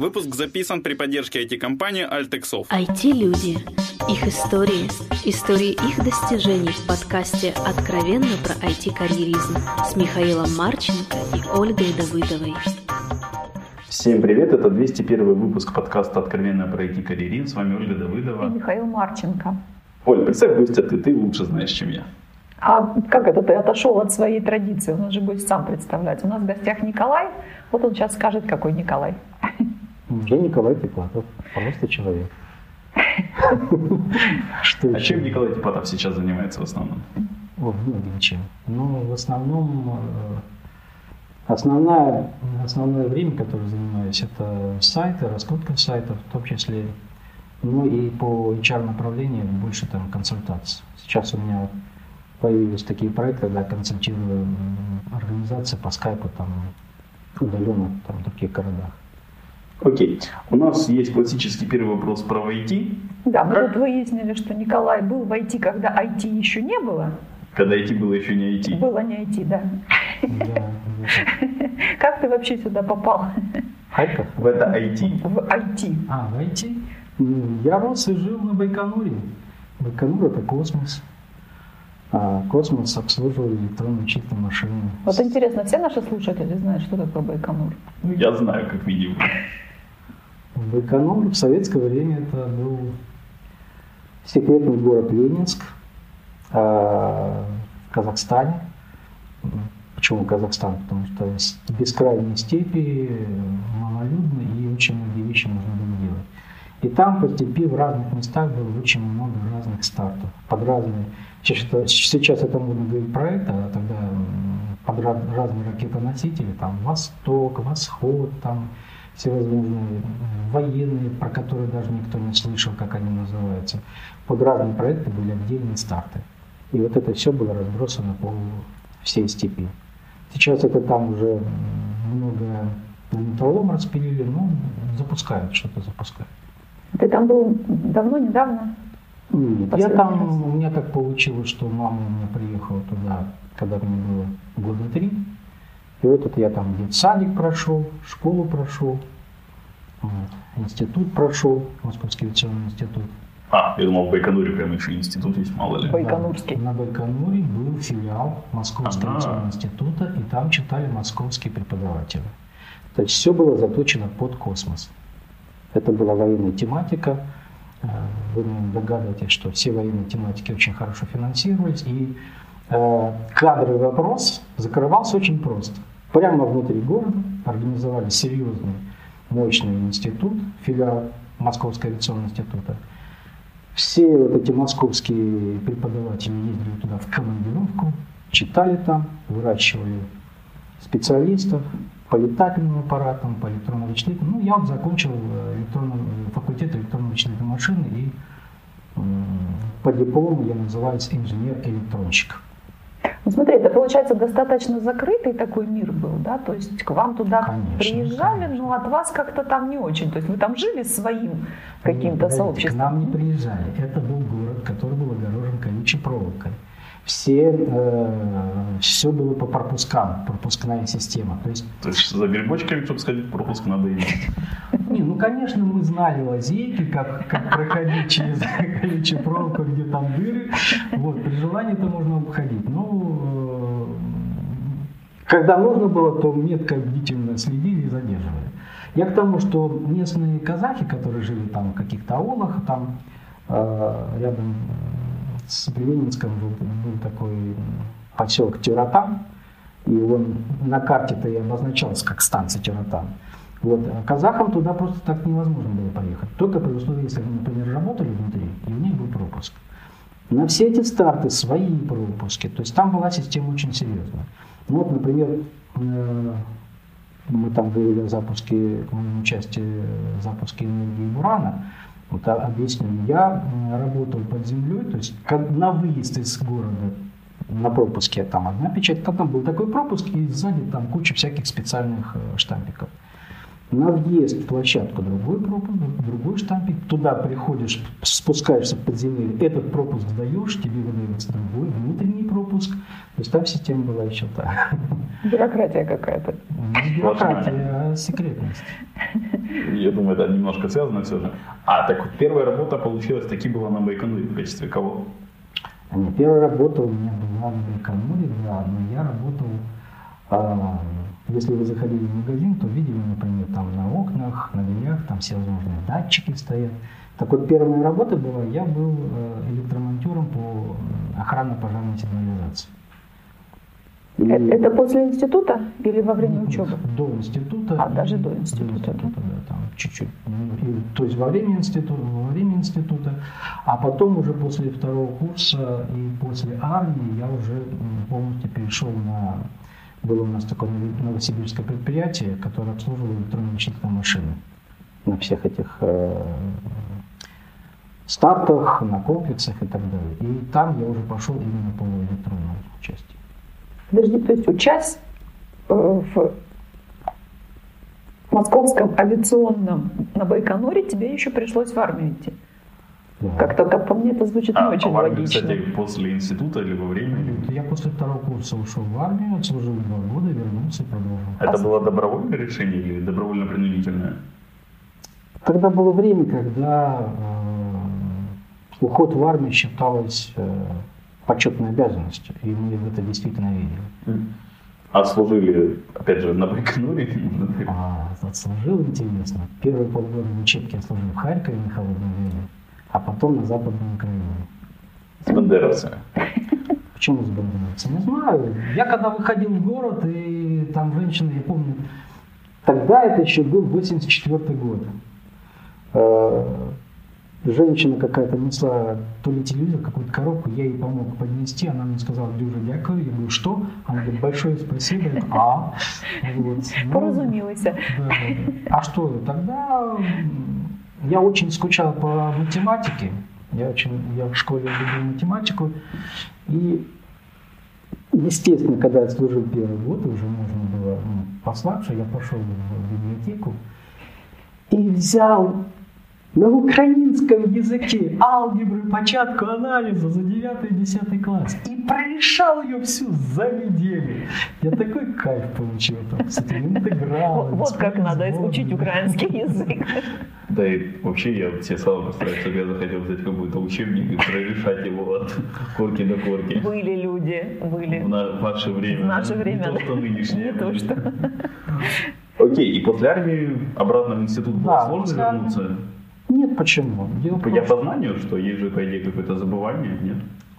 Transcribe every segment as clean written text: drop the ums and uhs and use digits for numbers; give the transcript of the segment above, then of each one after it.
Выпуск записан при поддержке IT-компании Altexov. IT-люди. Их истории. Истории их достижений в подкасте «Откровенно про IT-карьеризм» с Михаилом Марченко и Ольгой Давыдовой. Всем привет, это 201 выпуск подкаста «Откровенно про IT-карьеризм». С вами Ольга Давыдова. И Михаил Марченко. Оль, представь гостя ты лучше знаешь, чем я. А как это ты отошел от своей традиции? Он же будет сам представлять. У нас в гостях Николай. Вот он сейчас скажет, какой Николай. Я Николай Типатов, просто человек. А чем Николай Типатов сейчас занимается в основном? Многим чем. Ну, в основном, основное время, которое занимаюсь, это сайты, раскрутка сайтов, в том числе, ну и по HR-направлению больше там консультаций. Сейчас у меня появились такие проекты, когда консультирую организации по скайпу там удаленно там, в других городах. Окей. У нас есть классический первый вопрос про IT. Да, мы тут выяснили, что Николай был в IT, когда IT еще не было. Когда IT было еще не IT. Было не IT, да. Как ты вообще сюда попал? Харьков? В это IT. В IT. В IT? Я рос и жил на Байконуре. Байконур — это космос. А космос обслуживает электронные чистые машины. Вот интересно, все наши слушатели знают, что такое Байконур? Ну, я знаю, как минимум. Байконур в советское время это был секретный город Ленинск в Казахстане. Почему Казахстан? Потому что бескрайние степи, малолюдно и очень многие вещи можно было делать. И там по степи в разных местах было очень много разных стартов, под разные. Сейчас это можно говорить проект, а тогда под разные ракетоносители, там Восток, Восход, там всевозможные военные, про которые даже никто не слышал, как они называются. Под разные проекты были отдельные старты. И вот это все было разбросано по всей степи. Сейчас это там уже много на металлолом распилили, но запускают, что-то запускают. Ты там был давно, недавно? Нет, я там, у меня так получилось, что мама у меня приехала туда, когда мне было года 3. И вот это я там детсадик прошел, школу прошел, институт прошел, Московский авиационный институт. Я думал, в Байконуре прямо еще институт есть, мало ли. Байконурский. Да, на Байконуре был филиал Московского авиационного института, и там читали московские преподаватели. То есть все было заточено под космос. Это была военная тематика. Вы догадываетесь, что все военные тематики очень хорошо финансировались, и кадровый вопрос закрывался очень просто. Прямо внутри города организовали серьезный, мощный институт, филиал Московского авиационного института. Все вот эти московские преподаватели ездили туда в командировку, читали там, выращивали специалистов по летательным аппаратам, по электронно-вычислительным. Ну, я вот закончил факультет электронно-вычислительной машины, и по диплому я называюсь инженер-электронщик. Ну, смотри, это, получается, достаточно закрытый такой мир был, да? То есть к вам туда приезжали, но от вас как-то там не очень. То есть вы там жили своим каким-то сообществом? К нам не приезжали. Это был город, который был огорожен колючей проволокой. Все было по пропускам, пропускная система. То есть за грибочками, чтобы сходить, пропуск надо иметь. Ну, конечно, мы знали лазейки, как проходить через колючую проволоку, где там дыры. Вот, при желании это можно обходить. Но когда нужно было, то метко бдительно следили и задерживали. Я к тому, что местные казахи, которые жили там в каких-то аулах, там рядом с Ленинском был такой поселок Тюратан, и он на карте-то и обозначался как станция Тюратан. Вот. Казахам туда просто так невозможно было поехать. Только при условии, если они, например, работали внутри, и у них был пропуск. На все эти старты свои пропуски. То есть там была система очень серьезная. Ну, вот, например, мы там говорили о запуске, к моему участию в запуске энергии урана. Вот объясню, я работал под землей, то есть на выезд из города на пропуске там одна печать, там был такой пропуск, и сзади там куча всяких специальных штампиков. На въезд в площадку другой пропуск, другой штампик, туда приходишь, спускаешься в подземелье, этот пропуск сдаешь, тебе выдается другой, внутренний пропуск. То есть там система была еще так. Бюрократия какая-то. Не бюрократия, а секретность. Я думаю, это немножко связано все же. А, так вот, первая работа получилась таки была на Байконуре в качестве кого? Нет, первая работа у меня была на Байконуре, да, но я работал, если вы заходили в магазин, то видели, например, там на окнах, на дверях, там все возможные датчики стоят. Так вот, первая моя работа была, я был электромонтером по охранно-пожарной сигнализации. Это после института или во время учебы? До института. Даже до института, да, там чуть-чуть. То есть во время института, а потом уже после второго курса и после армии я уже полностью перешел на... Было у нас такое новосибирское предприятие, которое обслуживало электронно-вычислительные машины на всех этих стартах, на комплексах и так далее. И там я уже пошел именно по электронной части. Подожди, то есть учась в московском авиационном на Байконуре, тебе еще пришлось в армию идти? Да. Как-то, как по мне, это звучит не очень в армию, логично. Кстати, после института или во время? Я после второго курса ушел в армию, отслужил 2 года, вернулся и продолжил. Это было добровольное решение или добровольно-принудительное? Тогда было время, когда уход в армию считалось почетной обязанностью, и мы в это действительно верили. А служили, опять же, на Байконуре? Отслужил, интересно. Первые полгода в учебке я служил в Харькове на холодном время, а потом на Западной Украине. С бандеровцами? Почему с бандеровцами? Не знаю. Я когда выходил в город, и там женщины, я помню, тогда это еще был 84-й год. Женщина какая-то несла то ли телевизор, какую-то коробку, я ей помог поднести, она мне сказала: «Дюжа, дякую». Я говорю: «Что?» Она говорит: «Большое спасибо». Вот. Поразумелась. Да. А что? Тогда я очень скучал по математике. Я в школе любил математику. И, естественно, когда я служил первый год, уже можно было послабше, я пошел в библиотеку и взял на украинском языке алгебру, початку анализа за 9-10 класс. И прорешал ее всю за неделю. Я такой кайф получил там с этим интегралом. Вот как надо учить украинский язык. Да и вообще я все сразу представляю, что я захотел взять какой-то учебник и прорешать его от корки до корки. Были люди, были. В наше время. В наше время. Не то, что нынешнее. Не то, что. Окей, и после армии обратно в институт было сложно вернуться? Нет, почему? Я по знанию, что есть же, по идее, какое-то забывание, нет?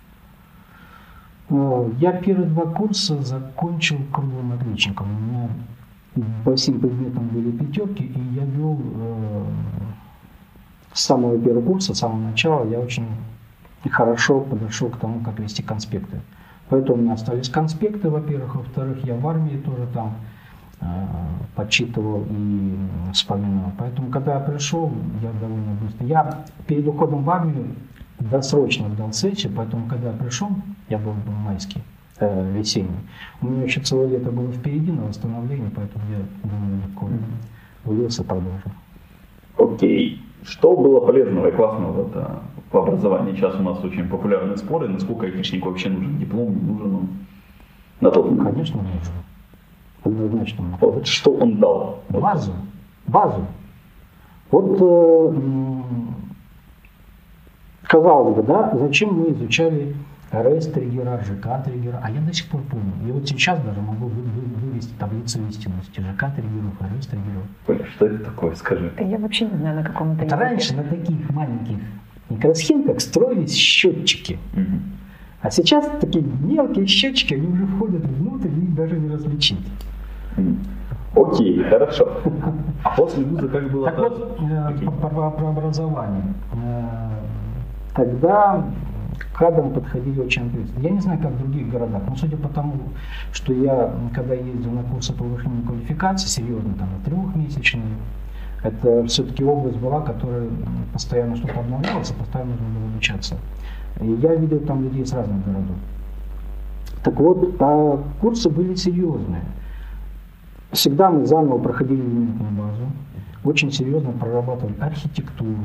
Я первые 2 курса закончил круглым отличником. У меня по всем предметам были 5, и я вел с самого первого курса, с самого начала, я очень хорошо подошел к тому, как вести конспекты. Поэтому у меня остались конспекты, во-первых. Во-вторых, я в армии тоже там подсчитывал и вспоминал. Поэтому, когда я пришел, я довольно быстро. Я перед уходом в армию досрочно сдал сессию, поэтому, когда я пришел, я был майский, весенний. У меня еще целое лето было впереди на восстановление, поэтому я довольно легко влился и продолжил. Окей. Что было полезного и классного в образовании? Сейчас у нас очень популярны споры, насколько айтишнику вообще нужен диплом, не нужен он. На тот момент. Конечно, нужен. Однозначно. Вот что он дал? Базу. Вот, казалось бы, да, зачем мы изучали REST-триггера, ЖК-триггера, а я до сих пор помню. И вот сейчас даже могу вывести таблицу истинности ЖК-триггеров, REST-триггеров. Что это такое, скажи? Я вообще не знаю, на каком это языке. Раньше на таких маленьких микросхемках строились счетчики. Угу. А сейчас такие мелкие счетчики, они уже входят внутрь, и их даже не различить. Окей, хорошо. А после вуза как было? Так вот, про образование. Тогда к кадрам подходили очень ответственно. Я не знаю, как в других городах, но судя по тому, что я, когда ездил на курсы повышения квалификации, серьезно, там, 3-месячные, это все-таки область была, которая постоянно что-то обновлялась, и постоянно нужно было обучаться. И я видел там людей с разных городов. Так вот, а курсы были серьезные. Всегда мы заново проходили элементную базу, очень серьезно прорабатывали архитектуру,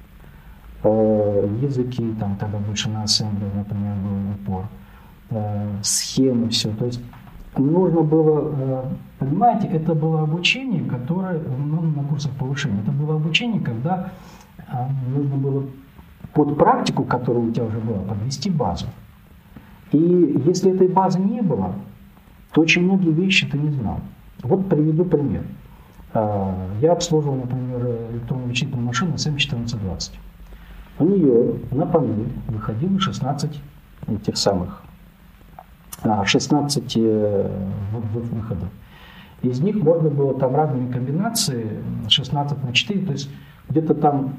языки, там тогда больше на ассемблер, например, был упор, схемы, все. То есть нужно было, понимаете, это было обучение, которое, на курсах повышения, это было обучение, когда нужно было под практику, которая у тебя уже была, подвести базу. И если этой базы не было, то очень многие вещи ты не знал. Вот приведу пример. Я обслуживал, например, электронно-вычислительную машину SEM1420. У нее на панель выходило 16 этих самых, 16 выходов. Из них можно было там разными комбинациями 16 на 4, то есть где-то там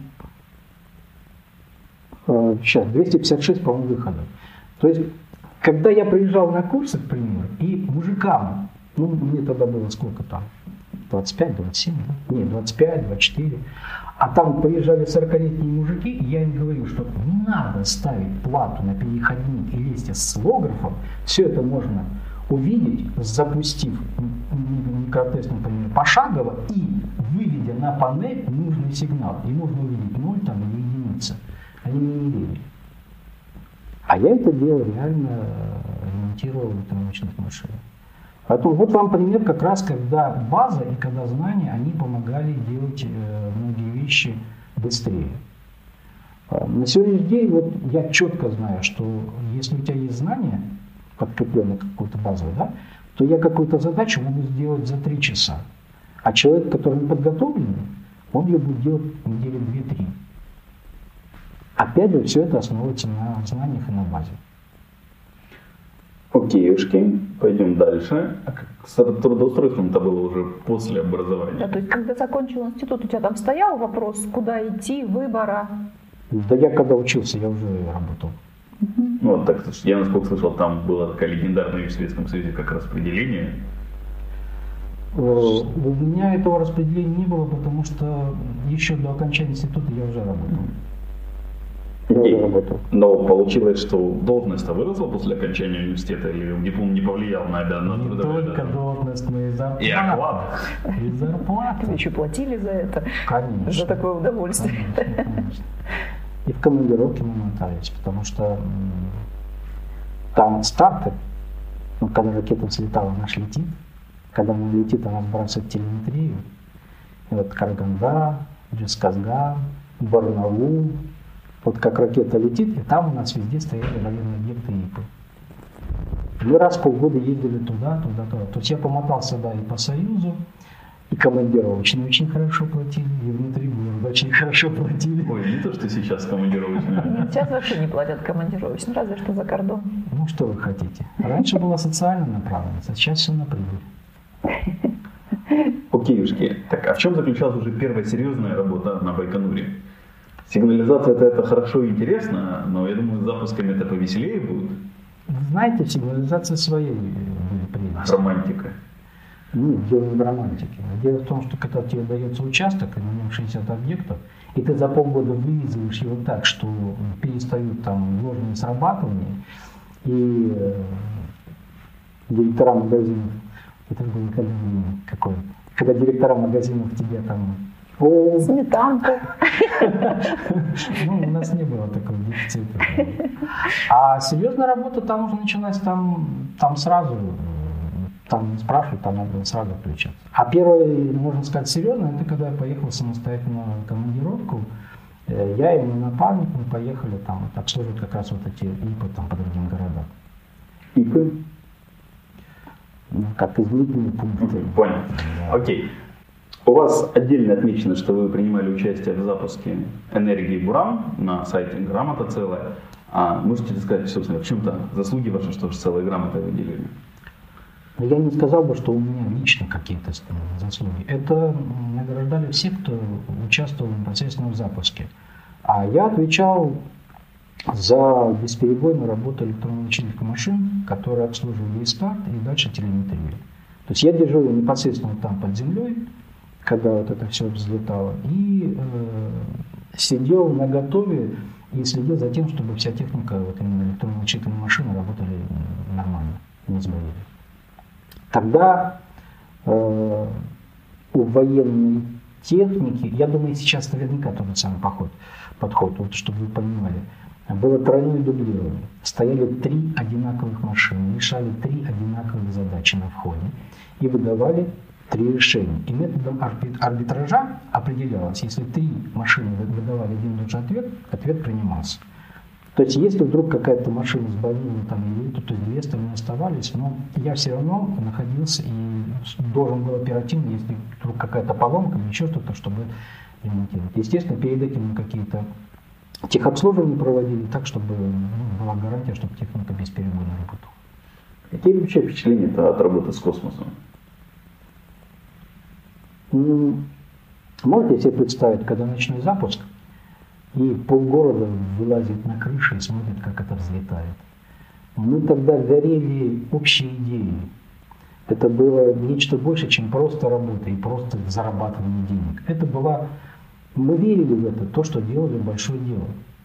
сейчас 256, по-моему, выходов. То есть, когда я приезжал на курсы, к примеру, и мужикам, ну, мне тогда было сколько там, 25, 27, нет, 25, 24, а там приезжали 40-летние мужики, и я им говорю, что не надо ставить плату на переходник и лезть с осциллографом, все это можно увидеть, запустив микротест, например, пошагово и выведя на панель нужный сигнал, и можно увидеть 0 там или единица. Они мне не верили. А я это дело реально ремонтировал в электронных машинах. Поэтому вот вам пример как раз, когда база и когда знания, они помогали делать многие вещи быстрее. На сегодняшний день вот я четко знаю, что если у тебя есть знания, подкрепленные какой-то базой, да, то я какую-то задачу могу сделать за 3 часа. А человек, который не подготовленный, он ее будет делать недели 2-3. Опять же, все это основывается на знаниях и на базе. Окейушки, пойдем дальше. А как с трудоустройством-то было уже после образования? Да, то есть, когда закончил институт, у тебя там стоял вопрос, куда идти, выбора? Да я когда учился, я уже работал. Ну, так, я, насколько слышал, там была такая легендарная вещь в Советском Союзе, как распределение. У меня этого распределения не было, потому что еще до окончания института я уже работал. Но получилось, что должность-то выросла после окончания университета, или диплом не повлиял на Не только должность, но и зарплата. И оклад. И зарплата. Тебе еще платили за это? Конечно. За такое удовольствие. Конечно. И в командировке мы мотались, потому что там старты, ну, когда ракета взлетала, она летит. Когда она летит, она сбрасывает телеметрию. И вот Караганда, Джесказган, Барнаул. Вот как ракета летит, и там у нас везде стояли военные объекты ИПы. Мы раз в полгода ездили туда. То есть я помотался, да, и по Союзу, и командировочные очень хорошо платили, и внутри города очень хорошо платили. Ой, не то, что сейчас командировочные. Сейчас вообще не платят командировочные, разве что за кордон. Ну, что вы хотите. Раньше была социальная направленность, а сейчас все на прибыль. Окейушки. Так, а в чем заключалась уже первая серьезная работа на Байконуре? Сигнализация это хорошо и интересно, но я думаю, с запусками это повеселее будет. Знаете, сигнализация своей прелести. Романтика. Нет, дело не в романтике. Дело в том, что когда тебе дается участок, и на нем 60 объектов, и ты за полгода вылизываешь его так, что перестают там ложные срабатывания, и директора магазинов, это было какое, когда директора магазинов тебе там сметанку. Ну, у нас не было такого дефицита. А серьезная работа там уже началась, там сразу, там не спрашивают, там надо сразу включаться. А первое, можно сказать, серьезно, это когда я поехал самостоятельно в командировку. Я и мой напарник, мы поехали там, вот, обслуживать как раз вот эти ИПы там по другим городам. ИПы? Ну, как измерительные пункты. Понял. Окей. У вас отдельно отмечено, что вы принимали участие в запуске энергии Буран на сайте «Грамота» целая. А можете сказать, собственно, в чем-то заслуги ваши, что же целая грамота выделили? Я не сказал бы, что у меня лично какие-то заслуги. Это награждали все, кто участвовал непосредственно в запуске. А я отвечал за бесперебойную работу электронно-вычислительных машин, которые обслуживали и старт, и дальше телеметрию. То есть я дежурил непосредственно там под землей, когда вот это все взлетало, и сидел наготове и следил за тем, чтобы вся техника, вот именно электронно-вычислительные машины работали нормально, не сбоили. Тогда у военной техники, я думаю, сейчас наверняка тот же самый подход, вот, чтобы вы понимали, Было тройное дублирование. Стояли 3 одинаковых машины, решали 3 одинаковых задачи на входе и выдавали 3 решения. И методом арбитража определялось, если 3 машины выдавали один и тот же ответ, ответ принимался. То есть, если вдруг какая-то машина сбавила там, или то есть 2 остальные оставались, но я все равно находился и должен был оперативно, если вдруг какая-то поломка или еще что-то, чтобы ремонтировать. Естественно, перед этим мы какие-то техобслуживание проводили так, чтобы была гарантия, чтобы техника бесперебойно работала. Какие вообще впечатления от работы с космосом? Можете себе представить, когда ночной запуск, и полгорода вылазит на крышу и смотрит, как это взлетает. Мы тогда горели общей идеей. Это было нечто больше, чем просто работа и просто зарабатывание денег. Это была... Мы верили в это, то, что делали большое дело.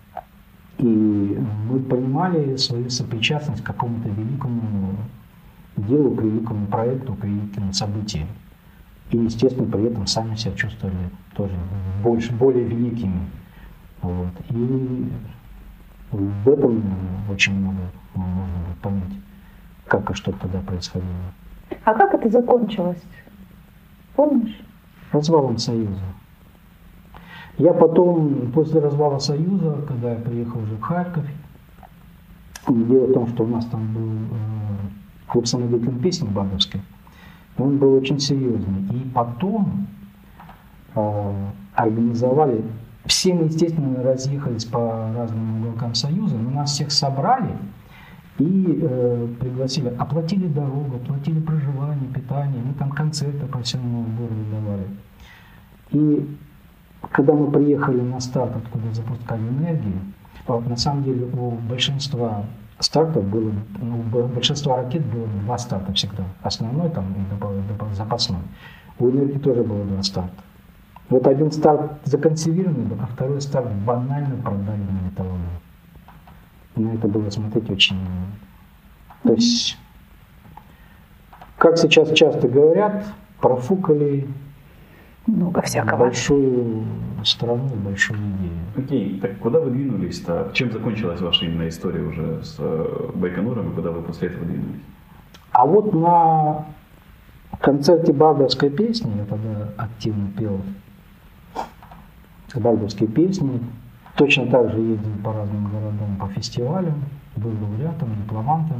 И мы понимали свою сопричастность к какому-то великому делу, к великому проекту, к великим событиям. И, естественно, при этом сами себя чувствовали тоже более великими. Вот. И в этом очень много можно понять, как и что тогда происходило. А как это закончилось? Помнишь? Развалом Союза. Я потом, после развала Союза, когда я приехал уже в Харьков, дело в том, что у нас там был клуб самодеятельной песни бардовской, он был очень серьезный. И потом организовали, все мы, естественно, разъехались по разным уголкам Союза, но нас всех собрали и пригласили, оплатили дорогу, оплатили проживание, питание, мы там концерты по всему городу давали. И когда мы приехали на старт, откуда запускали энергию, на самом деле у большинства стартов было, у большинства ракет было 2 старта всегда. Основной там и запасной. У энергии тоже было 2 старта. Вот один старт законсервированный был, а второй старт банально продали на металлолом. На это было смотреть очень... То есть, как сейчас часто говорят, профукали много всякого. Большую страну, большую идею. Окей, так куда вы двинулись-то? Чем закончилась ваша именно история уже с Байконуром и куда вы после этого двинулись? А вот на концерте бардовской песни, я тогда активно пел бардовские песни, точно так же ездил по разным городам, по фестивалям, был лауреатом, дипломантом.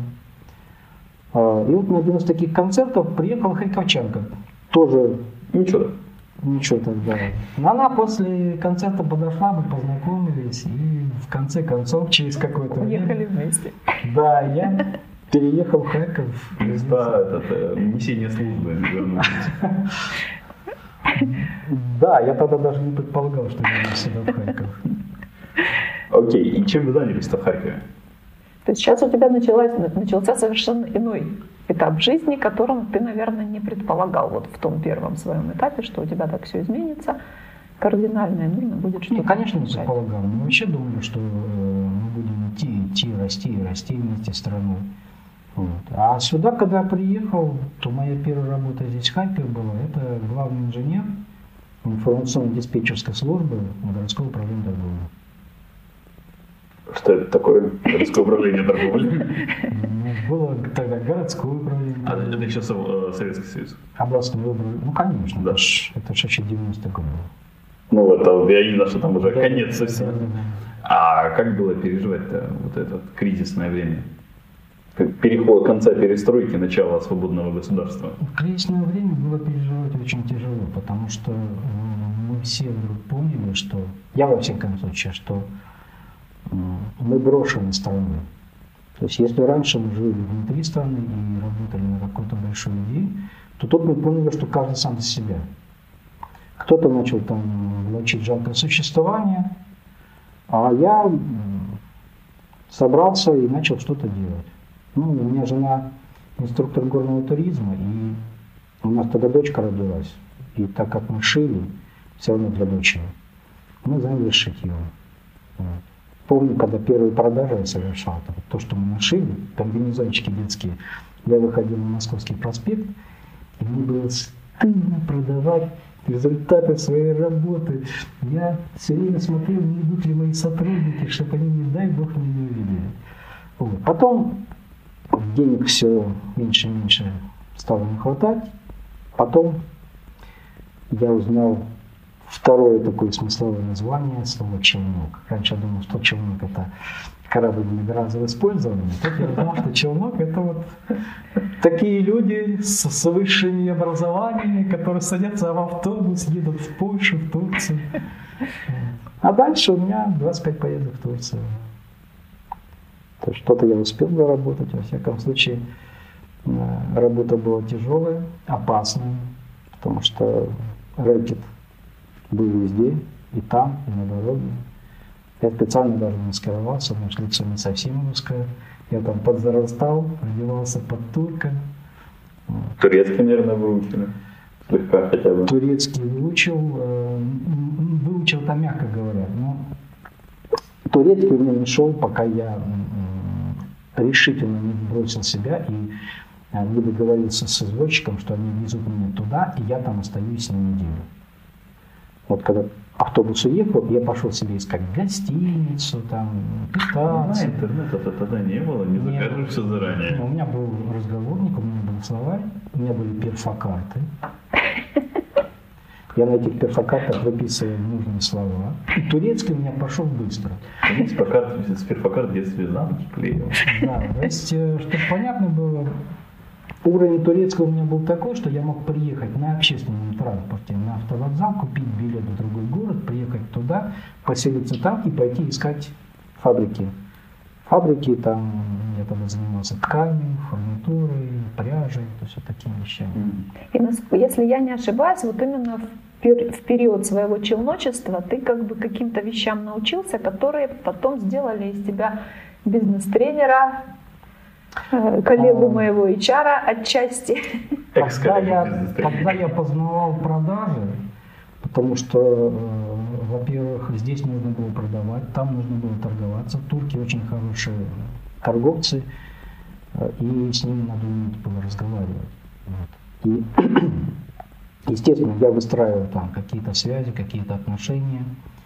И вот на один из таких концертов приехала харьковчанка. Тоже ничего тогда. Но она после концерта подошла, мы познакомились, и в конце концов, через какое-то время... Уехали вместе. Да, я переехал в Харьков. Да, несение службы вернулись. Да, я тогда даже не предполагал, что вернусь сюда в Харьков. Окей, и чем вы занялись-то в Харькове? То есть сейчас у тебя начался совершенно иной этап жизни, которым ты, наверное, не предполагал вот в том первом своем этапе, что у тебя так все изменится кардинально, и нужно будет что-то. Ну, конечно, не предполагал. Мы вообще думали, что мы будем идти, расти вместе с страной. Вот. А сюда, когда я приехал, то моя первая работа здесь в Харькове была, это главный инженер информационно-диспетчерской службы городского управления торговли. Что это такое? Городское управление торговли? Было тогда городское управление. А это сейчас Советский Союз? Областное управление. Ну, конечно, да. Это же еще 90-й год был. Ну, это я не знаю, что там уже конец совсем. А как было переживать-то вот это кризисное время? Переход конца перестройки, начала свободного государства? В кризисное время было переживать очень тяжело, потому что мы все вдруг поняли, что, я во всяком случае, что мы брошены страной. То есть если раньше мы жили внутри страны и работали на какой-то большой идее, то тут мы поняли, что каждый сам за себя. Кто-то начал там влачить жалкое существование, а я собрался и начал что-то делать. Ну, у меня жена инструктор горного туризма, и у нас тогда дочка родилась. И так как мы шили, все равно для дочери, мы занялись шитьем. Вот. Помню, когда первые продажи я совершал, то, что мы нашили, комбинезончики детские, я выходил на Московский проспект, и мне было стыдно продавать результаты своей работы. Я все время смотрел, не идут ли мои сотрудники, чтобы они, не дай бог, меня не увидели. Вот. Потом денег все меньше и меньше стало не хватать. Потом я узнал второе такое смысловое название слова «челнок». Раньше я думал, что челнок — это корабль многоразового использования. Тут я узнал, что челнок — это вот такие люди с высшими образованиями, которые садятся в автобус, едут в Польшу, в Турцию. А дальше у меня 25 поездок в Турцию. То есть что-то я успел заработать, во всяком случае. Работа была тяжелая, опасная, потому что рэкет был везде, и там, и на дороге. Я специально даже маскировался, потому что лицо не совсем русское. Я там подзарастал, одевался под турка. Турецкий, наверное, выучили. Слегка хотя бы. Турецкий выучил там, мягко говоря. Но турецкий у меня не шел, пока я решительно не бросил себя и не договорился с извозчиком, что они везут меня туда, и я там остаюсь на неделю. Вот когда автобус уехал, я пошел себе искать гостиницу, там, питаться. Интернета тогда не было, не закажешь все заранее. У меня был разговорник, у меня был словарь, у меня были перфокарты. Я на этих перфокартах выписывал нужные слова. И турецкий у меня пошел быстро. С перфокарт в детстве замки клеил. Да, то есть, чтобы понятно было, уровень турецкого у меня был такой, что я мог приехать на общественном транспорте на автовокзал, купить билет в другой город, приехать туда, поселиться там и пойти искать фабрики. Фабрики, там я тогда занимался тканью, фурнитурой, пряжей, то есть вот такими вещами. И если я не ошибаюсь, вот именно в период своего челночества ты как бы каким-то вещам научился, которые потом сделали из тебя бизнес-тренера, коллегу моего HR отчасти. Когда я познавал продажи, потому что, во-первых, здесь нужно было продавать, там нужно было торговаться. Турки очень хорошие торговцы, и с ними надо уметь было разговаривать. Вот. И, естественно, я выстраивал там какие-то связи, какие-то отношения,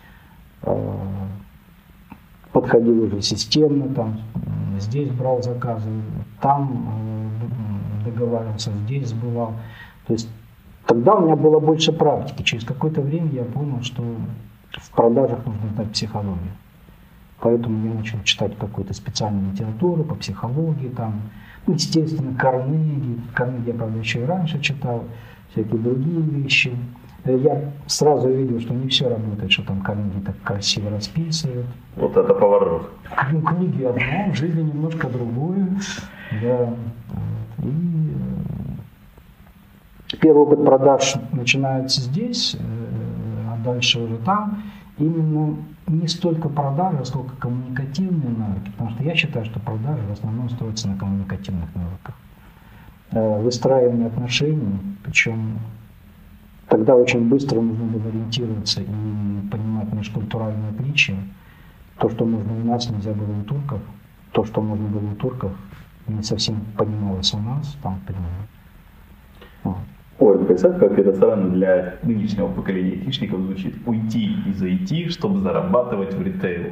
подходил уже системно, там, здесь брал заказы, там договаривался, здесь сбывал. То есть тогда у меня было больше практики. Через какое-то время я понял, что в продажах нужно знать психологию. Поэтому я начал читать какую-то специальную литературу по психологии, там, естественно, Карнеги. Карнеги я, правда, еще и раньше читал, всякие другие вещи. Я сразу видел, что не все работает, что там Карнеги так красиво расписывают. Вот это поворот. Ну, книги одно, в жизни немножко другое. Да. И первый опыт продаж начинается здесь, а дальше уже там. Именно не столько продажи, сколько коммуникативные навыки. Потому что я считаю, что продажи в основном строятся на коммуникативных навыках. Выстраивание отношений, причем тогда очень быстро нужно было ориентироваться и понимать межкультуральные отличия. То, что можно у нас, нельзя было у турков. То, что можно было у турков, не совсем понималось у нас, там, примерно. Вот. Ой, представь, как это странно для нынешнего поколения айтишников звучит. Уйти из IT, чтобы зарабатывать в ритейл.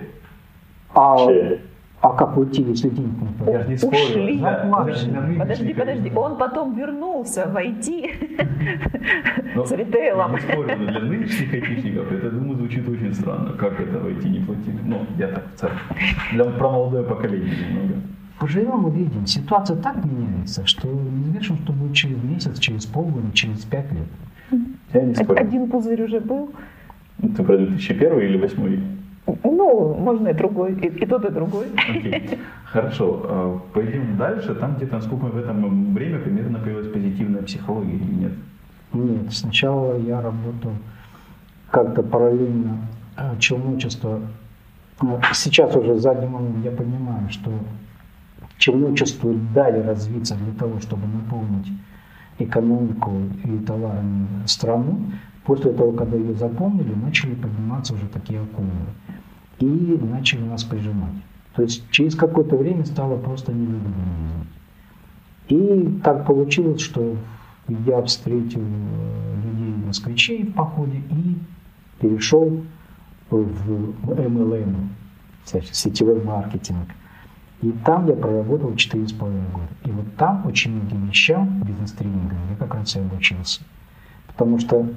А как уйти, если денег не было? Я же не спорю. Подожди, он потом вернулся в IT с ритейлом. Я не спорю, но для нынешних айтишников это, думаю, звучит очень странно. Как это в IT не платили? Ну, я так в целом. Про молодое поколение немного. Поживем, увидим. Ситуация так меняется, что неизвестно, что будет через месяц, через полгода, через 5 лет. Я не спорю. Один пузырь уже был. Ты про 2001 или 2008? Ну, можно и другой, и тот, и другой. Окей. Хорошо. Пойдем дальше. Там где-то, насколько в это время примерно появилась позитивная психология или нет? Нет. Сначала я работал как-то параллельно челночество. Сейчас уже задним умом я понимаю, что челночеству дали развиться для того, чтобы наполнить экономику и товарами страну. После того, когда ее запомнили, начали подниматься уже такие акулы. И начали нас прижимать. То есть через какое-то время стало просто невыгодно. И так получилось, что я встретил людей москвичей в походе и перешел в MLM, сетевой маркетинг. И там я проработал 4,5 года. И вот там очень многим вещам, бизнес-тренингам, я как раз и обучился. Потому что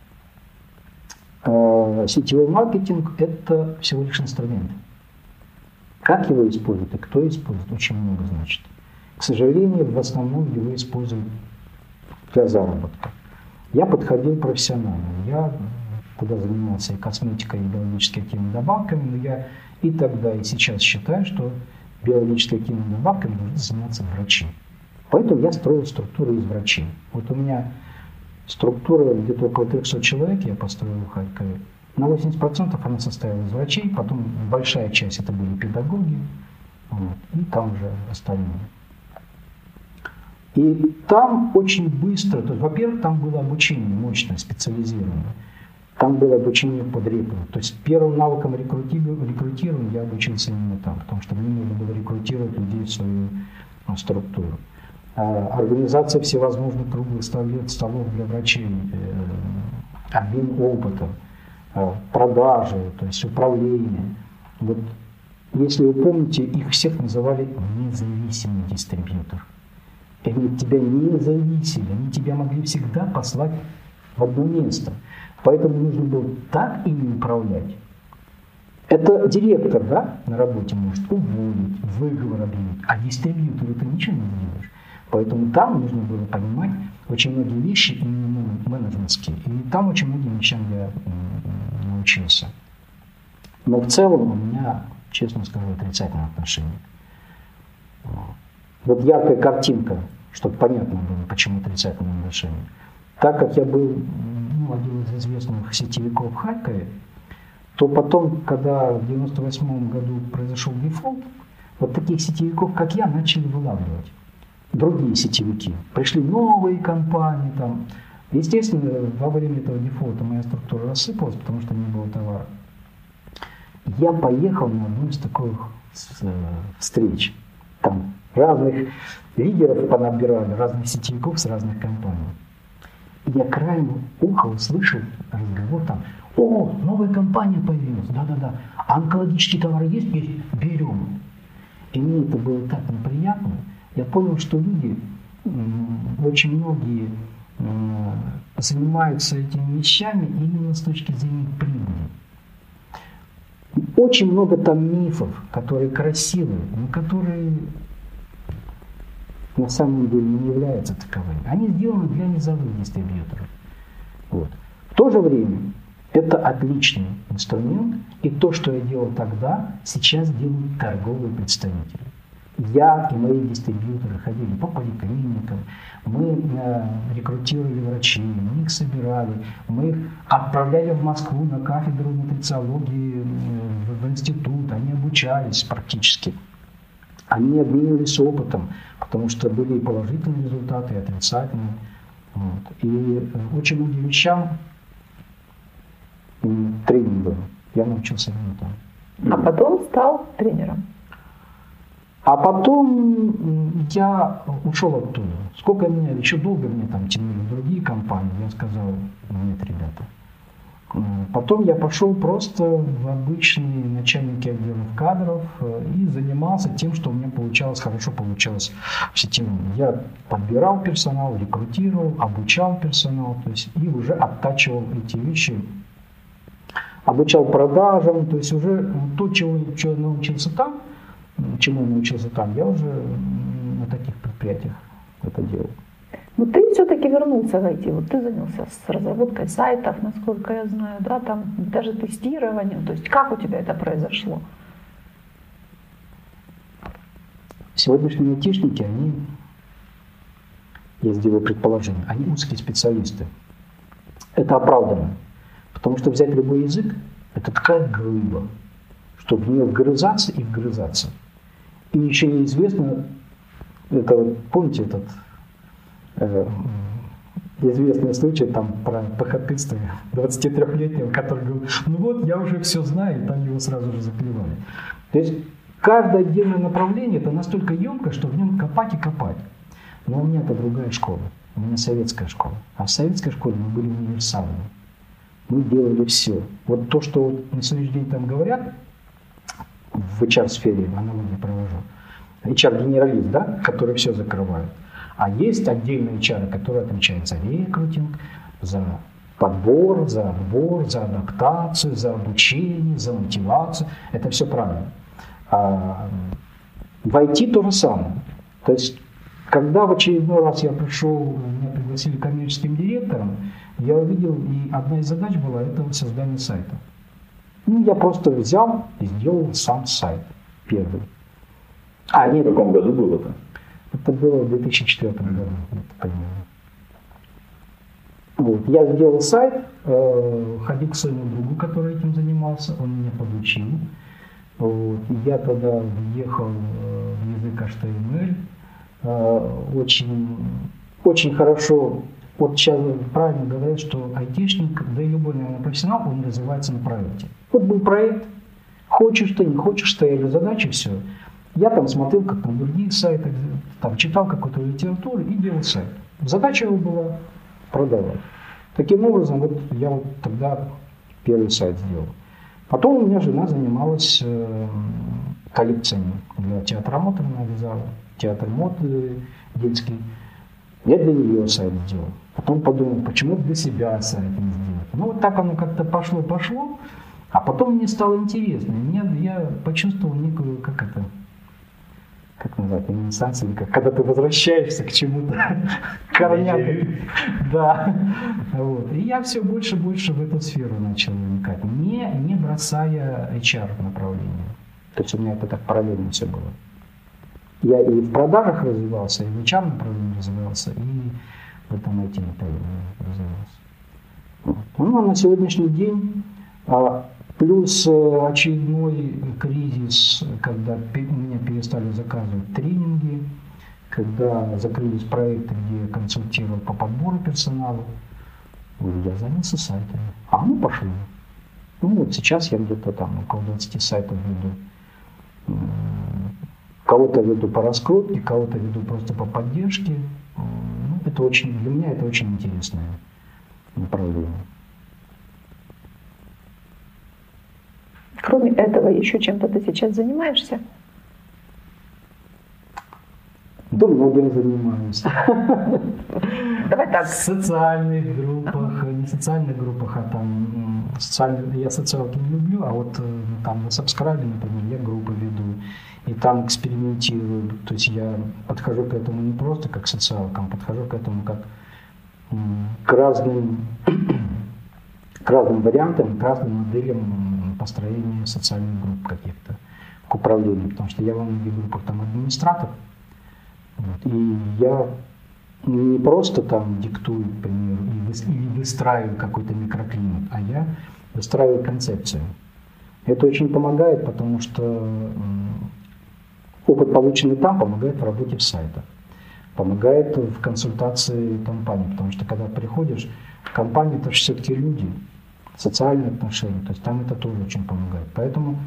сетевой маркетинг – это всего лишь инструмент. Как его используют и кто использует, очень много значит. К сожалению, в основном его используют для заработка. Я подходил профессионально. Я тогда занимался и косметикой, и биологически активными добавками, но я и тогда, и сейчас считаю, что биологически активными добавками должны заниматься врачи. Поэтому я строил структуру из врачей. Вот у меня структура где-то около 300 человек я построил в Харькове. На 80% она состояла из врачей, потом большая часть это были педагоги, вот, и там уже остальные. И там очень быстро, то есть, во-первых, там было обучение мощное, специализированное. Там было обучение под репу. То есть первым навыком рекрутирования я обучился именно там, потому что мне нужно было рекрутировать людей в свою структуру. Организация всевозможных круглых столов для врачей, обмен опытом, продажи, то есть управление. Вот, если вы помните, их всех называли независимый дистрибьютор. И они от тебя не зависели, они тебя могли всегда послать в одно место. Поэтому нужно было так ими управлять. Это директор, да, на работе может уволить, выговор объявить, а дистрибьютору ты ничего не делаешь. Поэтому там нужно было понимать очень многие вещи, именно менеджментские. И там очень многим вещам я научился. Но в целом у меня, честно скажу, отрицательное отношение. Вот яркая картинка, чтобы понятно было, почему отрицательное отношение. Так как я был один из известных сетевиков в Харькове, то потом, когда в 1998 году произошел дефолт, вот таких сетевиков, как я, начали вылавливать. Другие сетевики. Пришли новые компании. Там. Естественно, во время этого дефолта моя структура рассыпалась, потому что не было товара. Я поехал на одну из таких встреч. Там разных лидеров понабирали, разных сетевиков с разных компаний. И я краем уха услышал разговор там: «О, новая компания появилась, да-да-да, а онкологический товар есть? Есть, берем». И мне это было так неприятно. Я понял, что люди, очень многие занимаются этими вещами именно с точки зрения прибыли. Очень много там мифов, которые красивые, но которые на самом деле не являются таковыми. Они сделаны для низовых дистрибьюторов. Вот. В то же время это отличный инструмент, и то, что я делал тогда, сейчас делают торговые представители. Я и мои дистрибьюторы ходили по поликлиникам, мы рекрутировали врачей, мы их собирали, мы их отправляли в Москву на кафедру нутрициологии, в институт, они обучались практически. Они обменивались опытом, потому что были и положительные результаты, и отрицательные. Вот. И очень многим вещам тренингом я научился именно там. А потом стал тренером. А потом я ушел оттуда. Сколько меня, еще долго меня там тянули в другие компании, я сказал: нет, ребята. Потом я пошел просто в обычные начальники отделов кадров и занимался тем, что у меня хорошо получалось в сетевом. Я подбирал персонал, рекрутировал, обучал персонал, то есть и уже оттачивал эти вещи. Обучал продажам, то есть уже то, чему я научился там, я уже на таких предприятиях это делал. Но ты все-таки вернулся в IT. Вот ты занялся с разработкой сайтов, насколько я знаю, да, там даже тестированием. То есть как у тебя это произошло? Сегодняшние айтишники, я сделаю предположение, они узкие специалисты. Это оправданно. Потому что взять любой язык – это такая глыба, что в нее вгрызаться и вгрызаться. И еще неизвестно, это вот, помните этот известный случай там про похотынство 23-летнего, который говорил: ну вот, я уже все знаю, и там его сразу же заклевали. То есть каждое отдельное направление – это настолько емко, что в нем копать и копать. Но у меня это другая школа. У меня советская школа. А в советской школе мы были универсальны. Мы делали все. Вот то, что вот на сегодняшний день там говорят, в HR-сфере, аналогии провожу, HR-генералист, да, который все закрывает. А есть отдельные HR, которые отвечают за рекрутинг, за подбор, за отбор, за адаптацию, за обучение, за мотивацию. Это все правильно. А в IT то же самое. То есть, когда в очередной раз я пришел, меня пригласили коммерческим директором, я увидел, и одна из задач была это создание сайта. Ну, я просто взял и сделал сам сайт первый. В каком году было-то? Это было в 2004 году, примерно. Вот. Я сделал сайт, ходил к своему другу, который этим занимался, он меня подучил. Вот. Я тогда въехал в язык HTML. Очень хорошо, вот сейчас правильно говорят, что айтишник, да и любой, наверное, профессионал, он развивается на проекте. Вот был проект, хочешь ты, не хочешь, стояли задачи, все. Я там смотрел, как там другие сайты, там читал какую-то литературу и делал сайт. Задача его была продавать. Таким образом, вот я вот тогда первый сайт сделал. Потом у меня жена занималась коллекциями для театра моды, она вязала театр моды детский. Я для нее сайт сделал. Потом подумал, почему для себя сайт не сделать. Ну вот так оно как-то пошло, а потом мне стало интересно. Я почувствовал некую, как назвать, ренессанс, или когда ты возвращаешься к чему-то, корням. Да. Вот. И я все больше в эту сферу начал вникать, не бросая HR направление. То есть у меня это так параллельно все было. Я и в продажах развивался, и в HR направлении развивался, и в этом IT направлении развивался. Вот. Ну, а на сегодняшний день плюс очередной кризис, когда меня перестали заказывать тренинги, когда закрылись проекты, где я консультировал по подбору персонала, я занялся сайтами. А оно пошло. Ну вот сейчас я где-то там около 20 сайтов веду. Кого-то веду по раскрутке, кого-то веду просто по поддержке. Ну, это для меня это очень интересное направление. Кроме этого, еще чем-то ты сейчас занимаешься? Да, многим занимаюсь. Давай так. В социальных группах, не в социальных группах, а там я социалки не люблю, а вот там на Subscribe, например, я группы веду. И там экспериментирую. То есть я подхожу к этому не просто как к социалкам, подхожу к этому как к разным вариантам, к разным моделям построения социальных групп каких-то, к управлению. Потому что я во многих группах там администратор. Вот, и я не просто там диктую, к примеру, или выстраиваю какой-то микроклимат, а я выстраиваю концепцию. Это очень помогает, потому что опыт, полученный там, помогает в работе в сайтах, помогает в консультации компании, потому что когда приходишь, компания это же все-таки люди, социальные отношения, то есть там это тоже очень помогает. Поэтому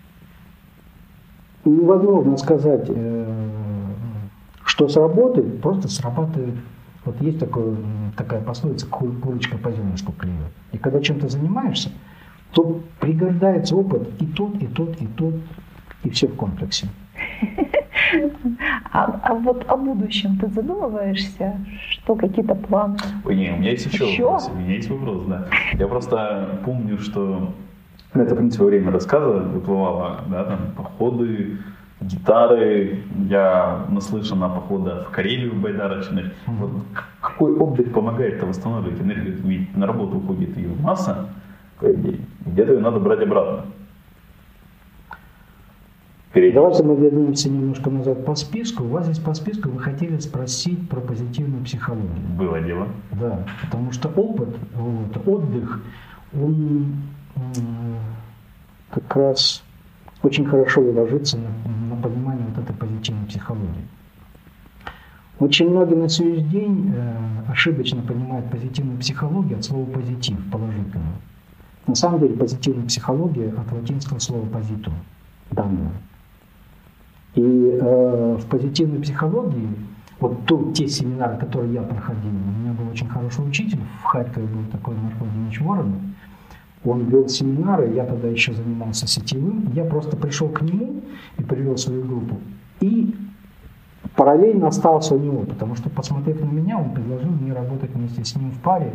невозможно сказать, что сработает, просто срабатывает. Вот есть такая пословица, курочка по зернышку клюет. И когда чем-то занимаешься, то пригождается опыт и тот, и все в комплексе. А вот о будущем ты задумываешься? Что, какие-то планы? Ой, не, у меня есть еще вопрос. У меня есть вопрос, да. Я просто помню, что это, в принципе, во время рассказа выплывало, да, там, походы, гитары. Я наслышан о походах в Карелию байдарочных. Вот какой отдых помогает восстанавливать энергию? Ведь на работу уходит ее масса, где-то ее надо брать обратно. Давайте мы вернемся немножко назад по списку. У вас здесь по списку вы хотели спросить про позитивную психологию. Было дело. Да, потому что отдых, он как раз очень хорошо ложится на понимание вот этой позитивной психологии. Очень многие на сегодняшний день ошибочно понимают позитивную психологию от слова позитив, положительную. На самом деле позитивная психология от латинского слова positum, данное. И в позитивной психологии вот те семинары, которые я проходил, у меня был очень хороший учитель, в Харькове был такой Марко Демьянович Воронов, он вел семинары, я тогда еще занимался сетевым, я просто пришел к нему и привел свою группу, и параллельно остался у него, потому что, посмотрев на меня, он предложил мне работать вместе с ним в паре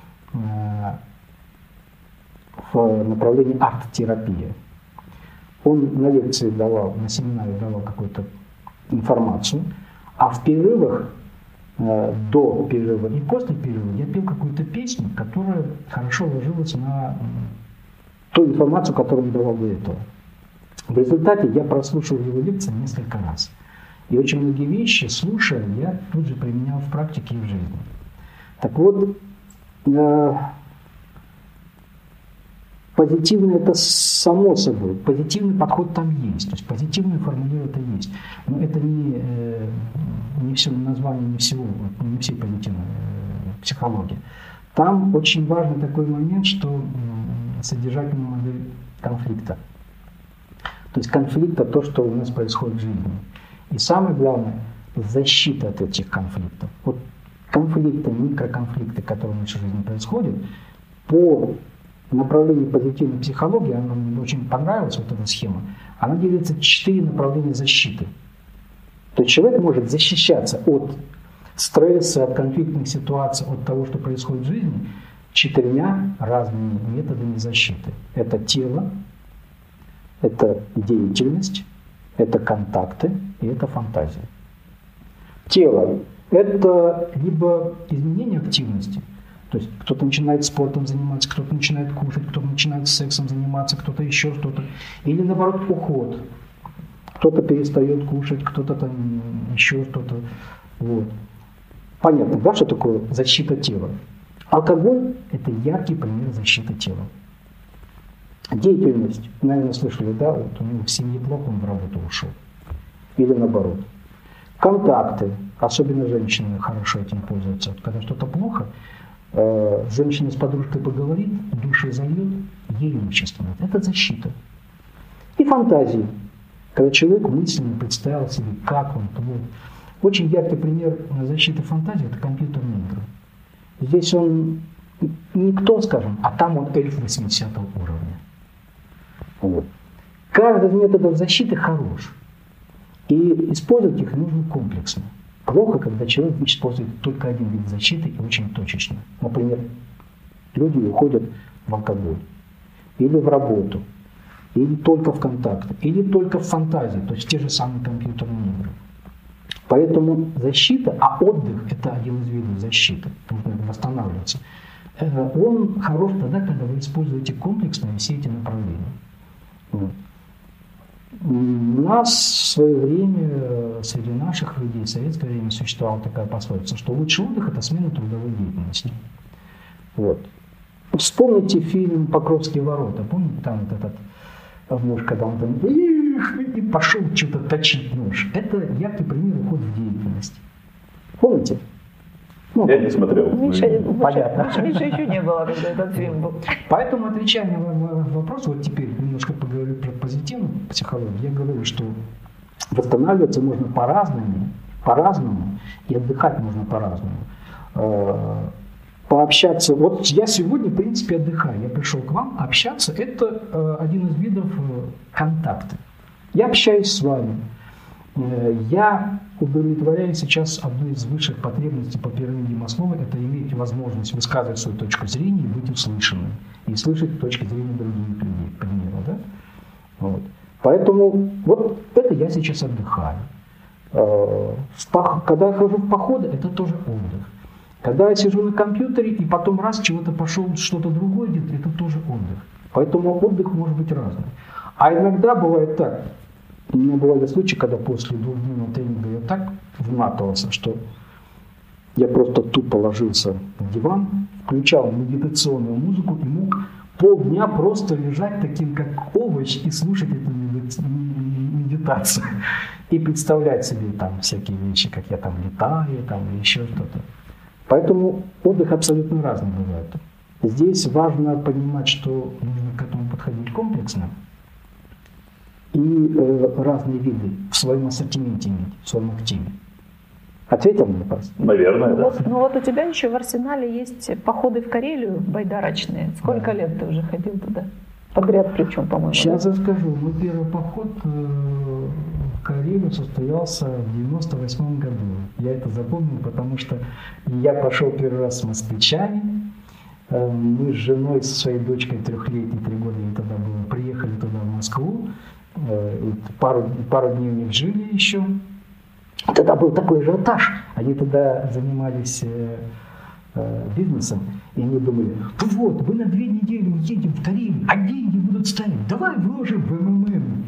в направлении арт-терапия. Он на лекции давал, на семинаре давал какую-то информацию, а в перерывах, до перерыва и после перерыва я пел какую-то песню, которая хорошо ложилась на ту информацию, которую он давал до этого. В результате я прослушал его лекции несколько раз. И очень многие вещи, слушая, я тут же применял в практике и в жизни. Так вот, позитивное это само собой, позитивный подход там есть, то есть позитивная формулировка это есть. Но это не все название, не всей позитивной психологии. Там очень важный такой момент, что содержательная модель конфликта. То есть конфликт это то, что у нас происходит в жизни. И самое главное, защита от этих конфликтов. Вот конфликты, микроконфликты, которые в нашей жизни происходят, по направлению позитивной психологии, она мне очень понравилась, вот эта схема, она делится 4 направления защиты. То есть человек может защищаться от стресса, от конфликтных ситуаций, от того, что происходит в жизни, 4 разными методами защиты. Это тело, это деятельность, это контакты и это фантазия. Тело – это либо изменение активности, то есть кто-то начинает спортом заниматься, кто-то начинает кушать, кто-то начинает сексом заниматься, кто-то еще что-то. Или наоборот уход. Кто-то перестает кушать, кто-то там еще что-то. Вот. Понятно, да, что такое защита тела? Алкоголь – это яркий пример защиты тела. Деятельность, наверное, слышали, да, вот у него в семье плохо, он в работу ушел. Или наоборот. Контакты, особенно женщины хорошо этим пользуются. Вот когда что-то плохо, женщина с подружкой поговорит, души зальет, ей легче становится. Это защита. И фантазии. Когда человек мысленно представил себе, как он. Вот. Очень яркий пример защиты фантазии – это компьютерные игры. Здесь он никто, скажем, а там он эльф 80 уровня. Вот. Каждый из методов защиты хорош. И использовать их нужно комплексно. Плохо, когда человек использует только один вид защиты и очень точечно. Например, люди уходят в алкоголь, или в работу, или только в контакты, или только в фантазии, то есть те же самые компьютерные игры. Поэтому защита, а отдых – это один из видов защиты, нужно восстанавливаться. Он хорош тогда, когда вы используете комплексно все эти направления. Вот. У нас в свое время, среди наших людей, в советское время существовала такая пословица, что лучший отдых – это смена трудовой деятельности. Вот. Вспомните фильм «Покровские ворота». Помните, там вот этот муж, когда он там и пошел что-то точить нож. Это яркий пример ухода в деятельность. Помните? Ну, я не смотрел. Понятно. Миша еще не было, когда этот фильм был. Поэтому, отвечая на вопрос, вот теперь немножко поговорю про позитивную психологию. Я говорю, что восстанавливаться можно по-разному, и отдыхать можно по-разному. Пообщаться. Вот я сегодня, в принципе, отдыхаю. Я пришел к вам. Общаться – это один из видов контакта. Я общаюсь с вами. Я удовлетворяю сейчас одну из высших потребностей по пирамиде Маслоу – это иметь возможность высказывать свою точку зрения и быть услышанным. И слышать точки зрения других людей, к примеру. Да? Вот. Поэтому вот это я сейчас отдыхаю. Когда я хожу в походы, это тоже отдых. Когда я сижу на компьютере и потом раз чего-то пошел, что-то другое делать, это тоже отдых. Поэтому отдых может быть разный. А иногда бывает так. У меня бывали случаи, когда после 2-дневного тренинга я так вматывался, что я просто тупо ложился на диван, включал медитационную музыку и мог полдня просто лежать таким, как овощ, и слушать эту медитацию. И представлять себе там всякие вещи, как я там летаю, там или еще что-то. Поэтому отдых абсолютно разный бывает. Здесь важно понимать, что нужно к этому подходить комплексно. И разные виды в своем ассортименте иметь, в своем активе. Ответил мне вопрос? Наверное, да. Ну вот у тебя еще в арсенале есть походы в Карелию байдарочные. Сколько лет ты уже ходил туда? Подряд причем, по-моему. Сейчас расскажу. Мой первый поход в Карелию состоялся в 98 году. Я это запомнил, потому что я пошел первый раз с москвичами. Мы с женой, со своей дочкой 3-летней, 3 года ей тогда было, приехали туда, в Москву. Пару дней у них жили еще. Тогда был такой ажиотаж. Они тогда занимались бизнесом, и они думали, ну вот, мы на 2 недели уедем в Карелию, а деньги будут ставить, давай вложим в МММ.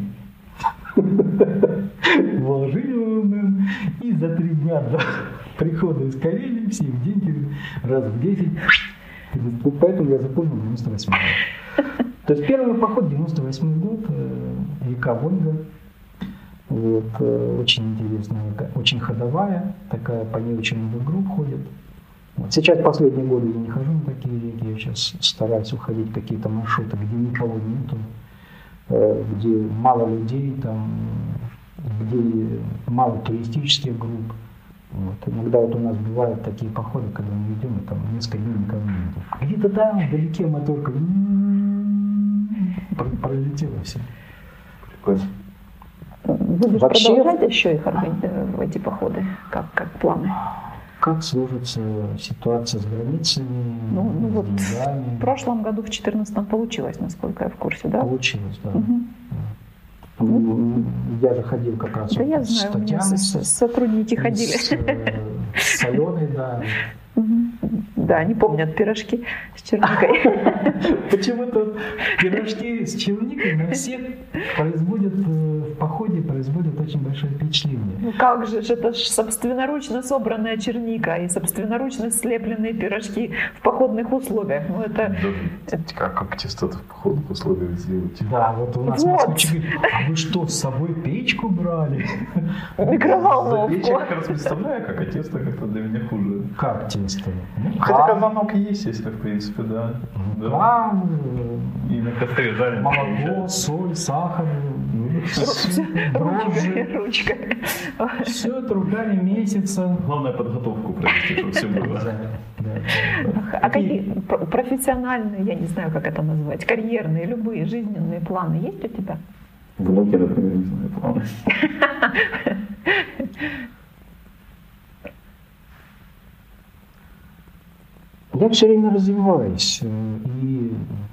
Вложили в МММ, и за 3 дня до прихода из Карелии все их деньги раз в 10. Поэтому я запомнил 98 год. То есть первый поход 98 год, река Волга. Вот, очень интересная река, очень ходовая, такая, по ней очень много групп ходит. Вот. Сейчас последние годы я не хожу на такие реки, я сейчас стараюсь уходить в какие-то маршруты, где никого нету, где мало людей, там, где мало туристических групп. Вот. Иногда вот у нас бывают такие походы, когда мы идем, и там несколько дней никого не видим. Где-то там, вдалеке моторка пролетело все. Прикольно. Будешь Вообще, продолжать еще их в эти походы? Как планы? Как сложится ситуация с границами, Ну вот с деньгами? в прошлом году, в 2014 получилось, насколько я в курсе, да? Получилось, да. Угу. Я же ходил как раз Да вот я с знаю, у меня Татьяной, сотрудники ходили. с Аленой, да. Да, они помнят пирожки с черникой. Почему-то пирожки с черникой на всех в походе производят очень большое впечатление. Ну как же, это ж собственноручно собранная черника и собственноручно слепленные пирожки в походных условиях. Ну это... Как часто в походных условиях сделать? Да, вот у нас москвичи говорят, а вы что, с собой печку брали? Микроволновку. Я как раз представляю, как, а тесто как-то для меня хуже. Как тесто? Хотя казанок есть, если в принципе, да. И на костре жареное. Молоко, соль, сахар, Ручкой. Все это руками месяца. Главное подготовку провести, чтобы все было. А какие профессиональные, я не знаю, как это назвать, карьерные, любые жизненные планы есть у тебя? Внуки, например, не знаю, планы. Я все время развиваюсь, и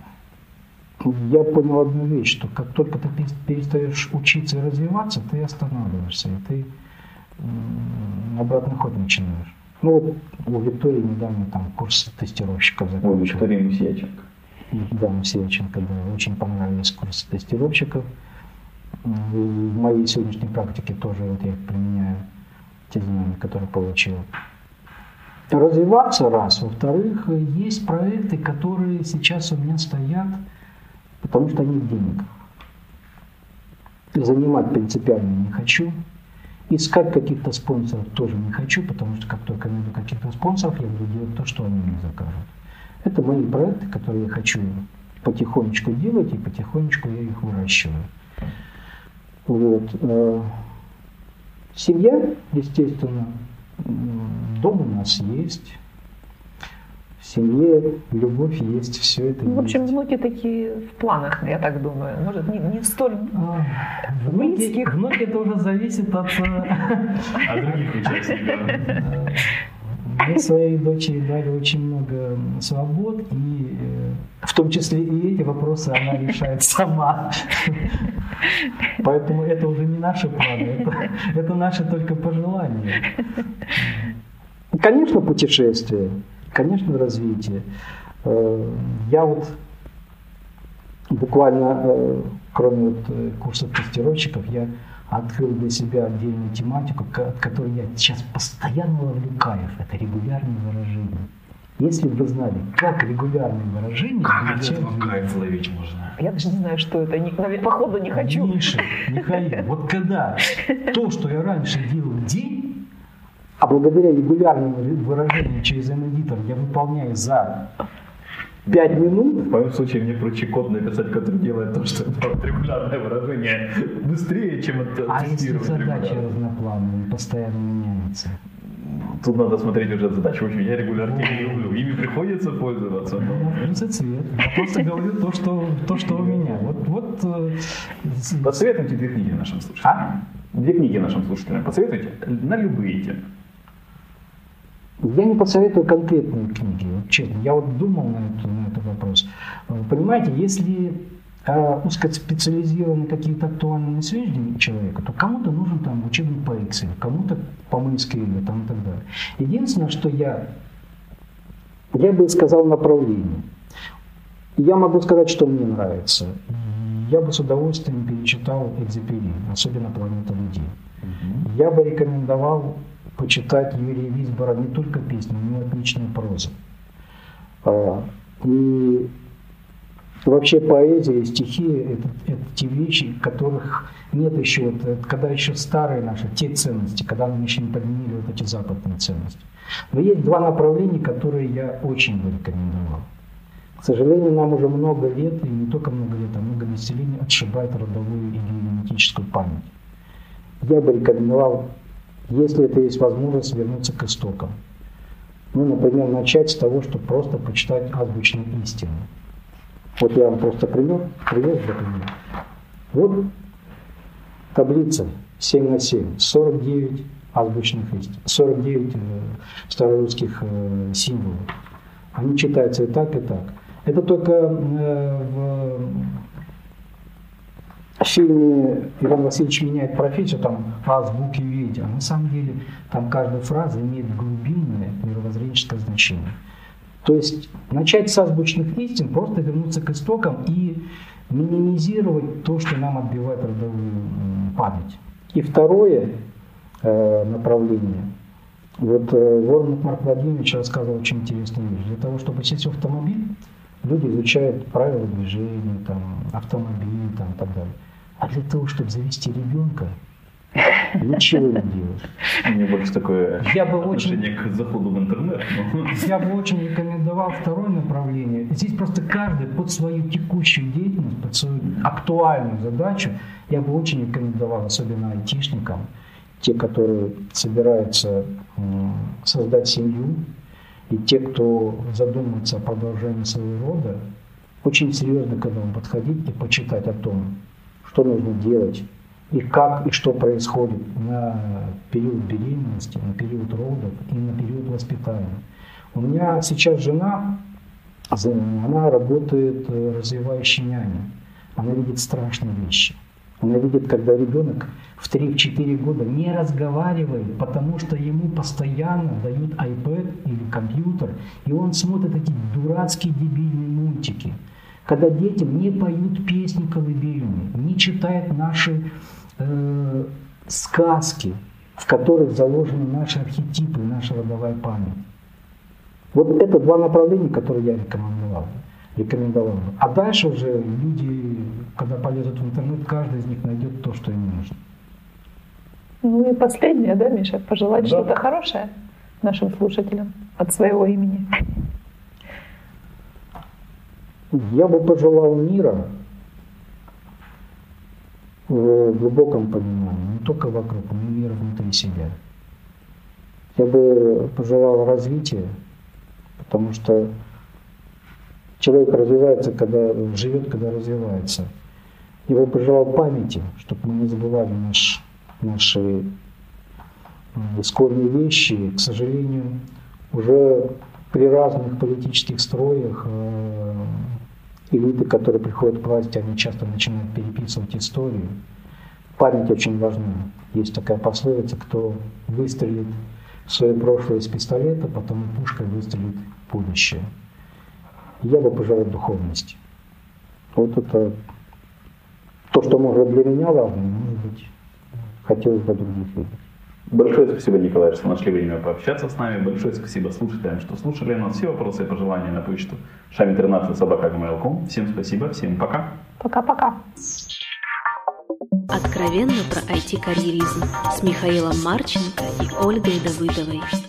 я понял одну вещь, что как только ты перестаешь учиться и развиваться, ты останавливаешься, и ты обратный ход начинаешь. Ну вот у Виктории недавно там курс тестировщиков закончил. У Виктории Мусьяченко. Да, Мусьяченко, да, очень понравились курсы тестировщиков. В моей сегодняшней практике тоже вот я применяю те знания, которые получил. Развиваться раз. Во-вторых, есть проекты, которые сейчас у меня стоят, потому что нет денег. Занимать принципиально не хочу. Искать каких-то спонсоров тоже не хочу, потому что как только найду каких-то спонсоров, я буду делать то, что они мне закажут. Это мои проекты, которые я хочу потихонечку делать, и потихонечку я их выращиваю. Вот. Семья, естественно, дом у нас есть, в семье любовь есть, все это В общем, есть. внуки такие в планах, я так думаю. Может, не столь близких. Внуки это уже зависит от других участников. Мы своей дочери дали очень много свобод, и в том числе и эти вопросы она решает сама. Поэтому это уже не наши планы, это наши только пожелания. Конечно, путешествие, конечно, развитие. Я вот буквально, кроме вот курсов тестировщиков, я открыл для себя отдельную тематику, от которой я сейчас постоянно ловлю кайф. Это регулярные выражения. Если бы вы знали, как регулярные выражения... Как от этого кайф ловить можно? Я даже не знаю, что это. Походу не хочу. Миша, Михаил, вот когда то, что я раньше делал день, а благодаря регулярным выражениям через M-эдитор я выполняю за 5 минут. В моем случае мне проще код написать, который делает то, что регулярное выражение быстрее, чем это А если тестировать задачи регулярно. разноплановые, постоянно меняются? Тут надо смотреть уже задачу. Очень я регулярно не люблю. Ими приходится пользоваться. Плюс и цвет. Я просто говорю то, что у меня. Посоветуйте 2 книги нашим слушателям. 2 книги нашим слушателям. Посоветуйте на любые темы. Я не посоветую конкретные книги, честно. Я вот думал на этот вопрос. Понимаете, если узкоспециализированные какие-то актуальные сведения человека, то кому-то нужен там учебник по Excel, кому-то по MySQL там, и так далее. Единственное, что я бы сказал направление. Я могу сказать, что мне нравится. Я бы с удовольствием перечитал «Экзюпери», особенно «Планета людей». Я бы рекомендовал почитать Юрия Висбора не только песни, но и отличную прозу. И вообще поэзия и стихи – это те вещи, которых нет еще, когда еще старые наши, те ценности, когда нам еще не подменили вот эти западные ценности. Но есть 2 направления, которые я очень бы рекомендовал. К сожалению, нам уже много лет, и не только много лет, а много десятилетий отшибает родовую или генетическую память. Я бы рекомендовал, если это есть возможность, вернуться к истокам. Ну, например, начать с того, чтобы просто почитать азбучные истины. Вот я вам просто привез, например. Вот таблица 7×7, 49 азбучных истин, 49 старорусских символов. Они читаются и так, и так. Это только в фильме «Иван Васильевич меняет профессию», там азбуки видео. На самом деле там каждая фраза имеет глубинное мировоззренческое значение. То есть начать с азбучных истин, просто вернуться к истокам и минимизировать то, что нам отбивает родовую память. И второе направление. Вот Воронов Марк Владимирович рассказывал очень интересную вещь. Для того, чтобы сесть в автомобиль, люди изучают правила движения, там, автомобиля там, и так далее. А для того, чтобы завести ребенка, ничего не делаешь. У меня больше такое отношение к заходу в интернет. Я бы очень рекомендовал второе направление. Здесь просто каждый под свою текущую деятельность, под свою актуальную задачу, я бы очень рекомендовал, особенно айтишникам, те, которые собираются создать семью, и те, кто задумывается о продолжении своего рода, очень серьезно к этому подходить и почитать о том, что нужно делать, и как, и что происходит на период беременности, на период родов и на период воспитания. У меня сейчас жена, она работает развивающей няней. Она видит страшные вещи. Она видит, когда ребенок в 3-4 года не разговаривает, потому что ему постоянно дают iPad или компьютер, и он смотрит эти дурацкие дебильные мультики. Когда детям не поют песни колыбельные, не читают наши сказки, в которых заложены наши архетипы, наша родовая память. Вот это 2 направления, которые я рекомендовал. А дальше уже люди, когда полезут в интернет, каждый из них найдет то, что ему нужно. Ну и последнее, да, Миша, пожелать что-то хорошее нашим слушателям от своего имени. Я бы пожелал мира в глубоком понимании, не только вокруг, но и мира внутри себя. Я бы пожелал развития, потому что человек развивается, когда живет, когда развивается. Я бы пожелал памяти, чтобы мы не забывали наши исконные вещи. К сожалению, уже при разных политических строях элиты, которые приходят к власти, они часто начинают переписывать историю. Память очень важна. Есть такая пословица: кто выстрелит в свое прошлое из пистолета, потом и пушкой выстрелит в будущее. Я бы пожелал духовности. Вот это то, что может для меня важно, может быть, хотелось бы других видеть. Большое спасибо, Николай, что нашли время пообщаться с нами. Большое спасибо слушателям, что слушали нас. Все вопросы и пожелания на почту shami13@gmail.com. Всем спасибо, всем пока. Пока-пока. Откровенно про IT-карьеризм с Михаилом Марченко и Ольгой Давыдовой.